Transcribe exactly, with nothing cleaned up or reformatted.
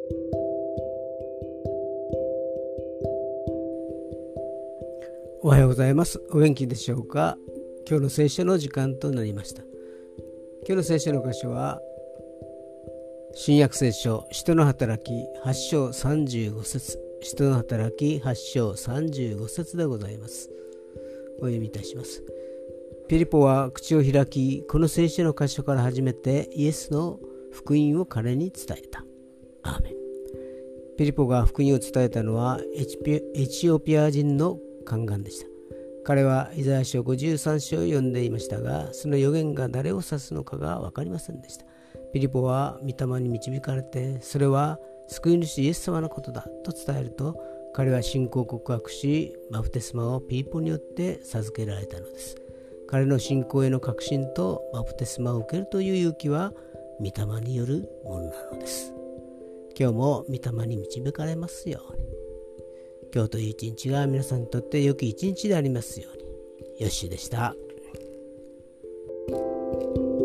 おはようございます。お元気でしょうか。今日の聖書の時間となりました。今日の聖書の箇所は新約聖書使徒の働きはち章さんじゅうご節、使徒の働きはち章さんじゅうご節でございます。お読みいたします。ピリポは口を開き、この聖書の箇所から始めてイエスの福音を彼に伝えた。アーメン。ピリポが福音を伝えたのはエチピ、エチオピア人の宦官でした。彼はイザヤ書ごじゅうさん章を読んでいましたが、その預言が誰を指すのかが分かりませんでした。ピリポは御霊に導かれて、それは救い主イエス様のことだと伝えると、彼は信仰を告白し、バプテスマをピリポによって授けられたのです。彼の信仰への確信とバプテスマを受けるという勇気は御霊によるものなのです。今日も御霊に導かれますように。今日という一日が皆さんにとって良き一日でありますように。よっしーでした。